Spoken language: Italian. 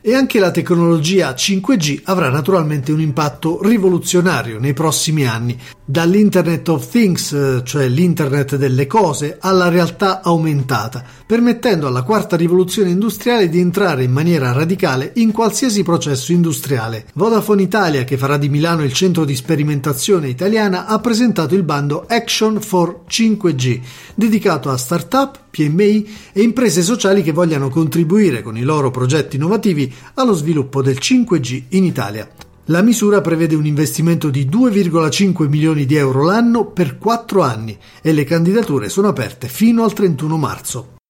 E anche la tecnologia 5G avrà naturalmente un impatto rivoluzionario nei prossimi anni, dall'Internet of Things, cioè l'internet delle cose, alla realtà aumentata, permettendo alla quarta rivoluzione industriale di entrare in maniera radicale in qualsiasi processo industriale. Vodafone Italia, che farà di Milano il centro di sperimentazione italiana, ha presentato il bando Action for 5G, dedicato a start-up, PMI e imprese sociali che vogliano contribuire con i loro progetti innovativi allo sviluppo del 5G in Italia. La misura prevede un investimento di 2,5 milioni di euro l'anno per 4 anni e le candidature sono aperte fino al 31 marzo.